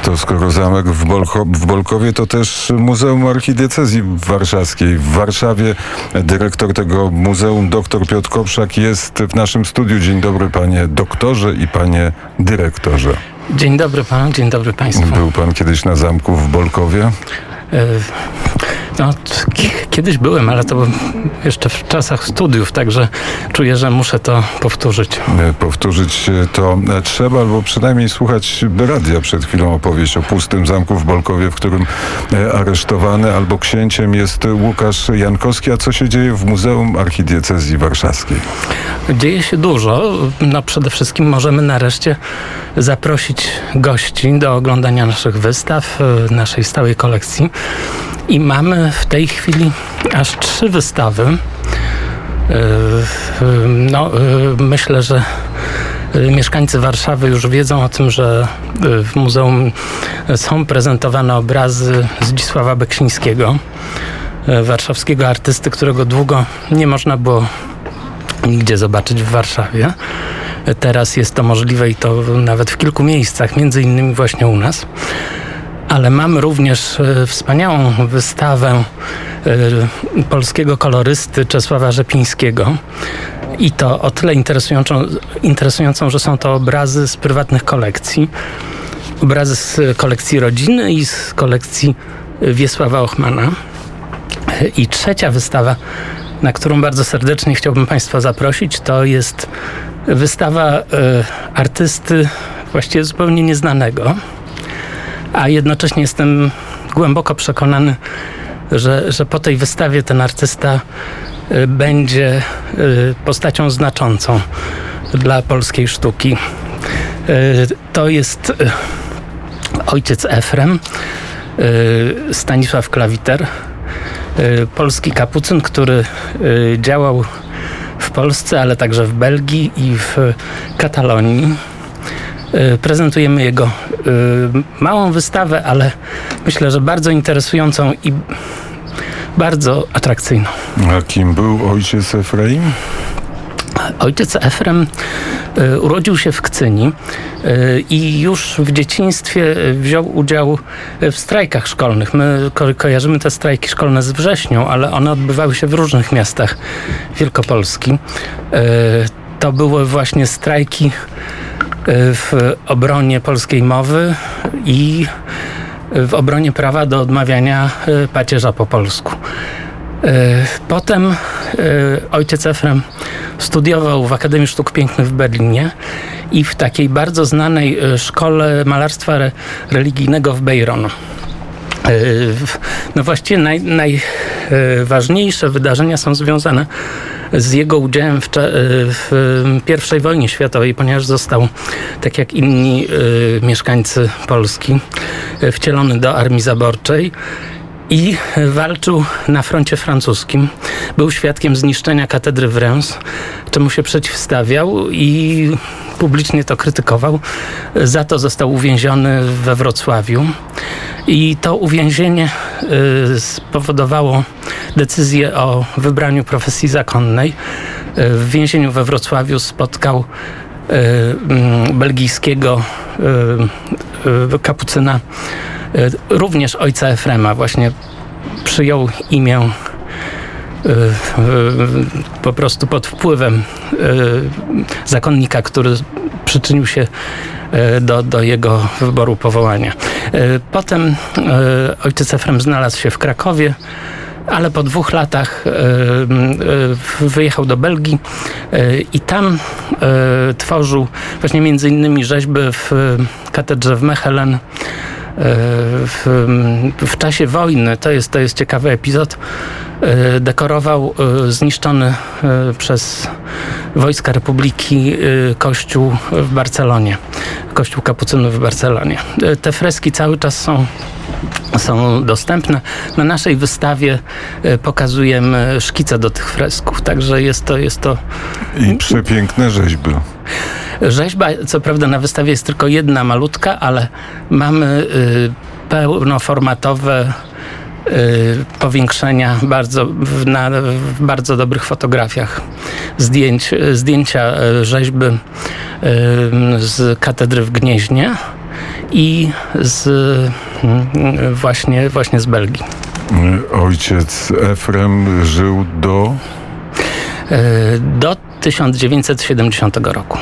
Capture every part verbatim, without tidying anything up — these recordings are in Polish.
To skoro zamek w, Bolko, w Bolkowie, to też Muzeum Archidiecezji Warszawskiej. W Warszawie dyrektor tego muzeum, dr Piotr Kopszak, jest w naszym studiu. Dzień dobry, panie doktorze i panie dyrektorze. Dzień dobry panu, dzień dobry państwu. Był pan kiedyś na zamku w Bolkowie? No, kiedyś byłem, ale to było jeszcze w czasach studiów, także czuję, że muszę to powtórzyć. Powtórzyć to trzeba, albo przynajmniej słuchać radia. Przed chwilą opowieść o pustym zamku w Bolkowie, w którym aresztowany albo księciem jest Łukasz Jankowski. A co się dzieje w Muzeum Archidiecezji Warszawskiej? Dzieje się dużo. No, przede wszystkim możemy nareszcie zaprosić gości do oglądania naszych wystaw, naszej stałej kolekcji. I mamy w tej chwili aż trzy wystawy. No, myślę, że mieszkańcy Warszawy już wiedzą o tym, że w muzeum są prezentowane obrazy Zdzisława Beksińskiego, warszawskiego artysty, którego długo nie można było nigdzie zobaczyć w Warszawie. Teraz jest to możliwe i to nawet w kilku miejscach, między innymi właśnie u nas. Ale mamy również wspaniałą wystawę polskiego kolorysty Czesława Rzepińskiego. I to o tyle interesującą, interesującą, że są to obrazy z prywatnych kolekcji. Obrazy z kolekcji rodziny i z kolekcji Wiesława Ochmana. I trzecia wystawa, na którą bardzo serdecznie chciałbym państwa zaprosić, to jest wystawa artysty właściwie zupełnie nieznanego. A jednocześnie jestem głęboko przekonany, że, że po tej wystawie ten artysta y, będzie y, postacią znaczącą dla polskiej sztuki. Y, to jest y, ojciec Efrem, y, Stanisław Klawiter, y, polski kapucyn, który y, działał w Polsce, ale także w Belgii i w Katalonii. Prezentujemy jego y, małą wystawę, ale myślę, że bardzo interesującą i bardzo atrakcyjną. A kim był ojciec Efrem? Ojciec Efrem y, urodził się w Kcyni y, i już w dzieciństwie wziął udział w strajkach szkolnych. My ko- kojarzymy te strajki szkolne z wrześnią, ale one odbywały się w różnych miastach Wielkopolski. Y, to były właśnie strajki w obronie polskiej mowy i w obronie prawa do odmawiania pacierza po polsku. Potem ojciec Efrem studiował w Akademii Sztuk Pięknych w Berlinie i w takiej bardzo znanej szkole malarstwa re- religijnego w Bejronu. No właściwie naj, najważniejsze wydarzenia są związane z jego udziałem w, w pierwszej wojnie światowej, ponieważ został, tak jak inni y, mieszkańcy Polski, wcielony do armii zaborczej i walczył na froncie francuskim. Był świadkiem zniszczenia katedry w Reims, czemu się przeciwstawiał i publicznie to krytykował. Za to został uwięziony we Wrocławiu. I to uwięzienie y, spowodowało decyzję o wybraniu profesji zakonnej. Y, w więzieniu we Wrocławiu spotkał y, y, belgijskiego y, y, kapucyna, y, również ojca Efrema. Właśnie przyjął imię y, y, po prostu pod wpływem y, zakonnika, który przyczynił się Do, do jego wyboru powołania. Potem ojciec Efrem znalazł się w Krakowie, ale po dwóch latach wyjechał do Belgii i tam tworzył właśnie między innymi rzeźby w katedrze w Mechelen. W, w czasie wojny, to jest, to jest ciekawy epizod, dekorował zniszczony przez wojska Republiki kościół w Barcelonie, kościół kapucynów w Barcelonie. Te freski cały czas są, są dostępne. Na naszej wystawie pokazujemy szkice do tych fresków, także jest to... Jest to... I przepiękne rzeźby. Rzeźba, co prawda na wystawie jest tylko jedna malutka, ale mamy y, pełnoformatowe y, powiększenia bardzo, w, na, w bardzo dobrych fotografiach zdjęć, zdjęcia rzeźby y, z katedry w Gnieźnie i z, mm, właśnie, właśnie z Belgii. Ojciec Efrem żył do... Do tysiąc dziewięćset siedemdziesiątego roku.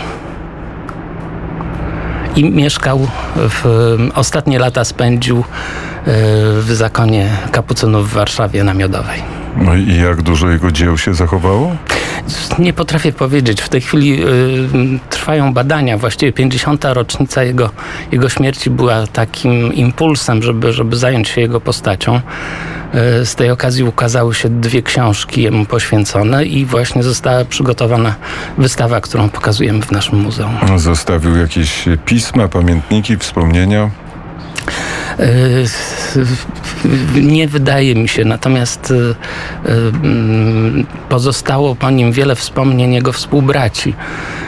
I mieszkał, w, ostatnie lata spędził w zakonie kapucynów w Warszawie na Miodowej. No i jak dużo jego dzieł się zachowało? Nie potrafię powiedzieć. W tej chwili y, trwają badania. Właściwie pięćdziesiąta rocznica jego, jego śmierci była takim impulsem, żeby, żeby zająć się jego postacią. Y, z tej okazji ukazały się dwie książki jemu poświęcone i właśnie została przygotowana wystawa, którą pokazujemy w naszym muzeum. Zostawił jakieś pisma, pamiętniki, wspomnienia? Nie wydaje mi się, natomiast pozostało po nim wiele wspomnień jego współbraci.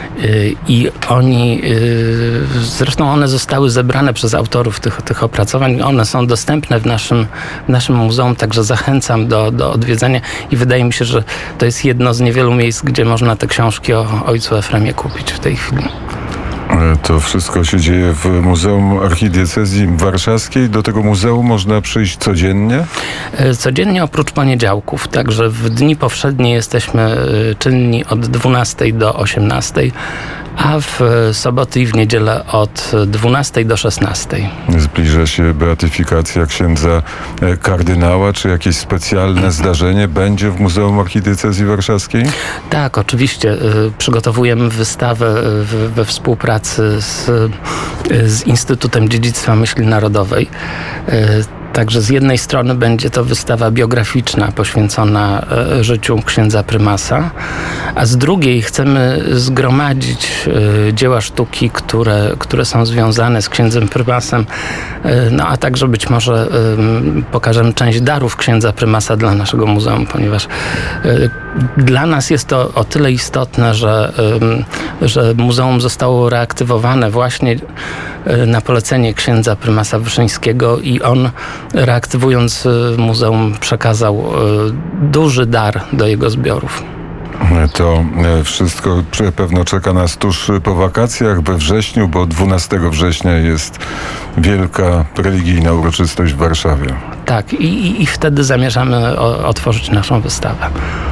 I oni, zresztą one zostały zebrane przez autorów tych, tych opracowań. One są dostępne w naszym, w naszym muzeum, także zachęcam do, do odwiedzenia i wydaje mi się, że to jest jedno z niewielu miejsc, gdzie można te książki o ojcu Efremie kupić w tej chwili. To wszystko się dzieje w Muzeum Archidiecezji Warszawskiej. Do tego muzeum można przyjść codziennie? Codziennie oprócz poniedziałków, także w dni powszednie jesteśmy czynni od dwunastej do osiemnastej, a w soboty i w niedzielę od dwunastej do szesnastej. Zbliża się beatyfikacja księdza kardynała. Czy jakieś specjalne zdarzenie będzie w Muzeum Archidiecezji Warszawskiej? Tak, oczywiście. Przygotowujemy wystawę we współpracy z, z Instytutem Dziedzictwa Myśli Narodowej. Także z jednej strony będzie to wystawa biograficzna poświęcona e, życiu księdza prymasa, a z drugiej chcemy zgromadzić e, dzieła sztuki, które, które są związane z księdzem prymasem, e, no a także być może e, pokażemy część darów księdza prymasa dla naszego muzeum, ponieważ e, dla nas jest to o tyle istotne, że, e, że muzeum zostało reaktywowane właśnie e, na polecenie księdza prymasa Wyszyńskiego i on, reaktywując muzeum, przekazał duży dar do jego zbiorów. To wszystko pewno czeka nas tuż po wakacjach, we wrześniu, bo dwunastego września jest wielka religijna uroczystość w Warszawie. Tak, i, i, i wtedy zamierzamy o, otworzyć naszą wystawę.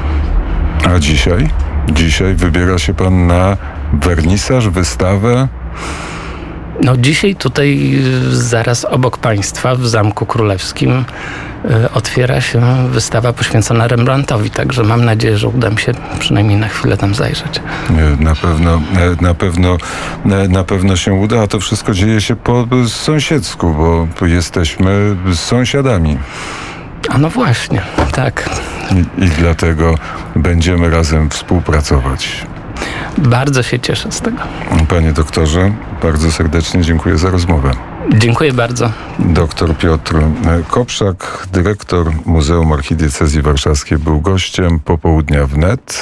A dzisiaj? Dzisiaj wybiera się pan na wernisaż, wystawę? No dzisiaj tutaj zaraz obok państwa w Zamku Królewskim otwiera się wystawa poświęcona Rembrandtowi, także mam nadzieję, że uda mi się przynajmniej na chwilę tam zajrzeć. Na pewno, na pewno, na pewno się uda, a to wszystko dzieje się po sąsiedzku, bo jesteśmy sąsiadami. A no właśnie, tak. I, i dlatego będziemy razem współpracować. Bardzo się cieszę z tego. Panie doktorze, bardzo serdecznie dziękuję za rozmowę. Dziękuję bardzo. Doktor Piotr Kopszak, dyrektor Muzeum Archidiecezji Warszawskiej, był gościem Popołudnia wnet.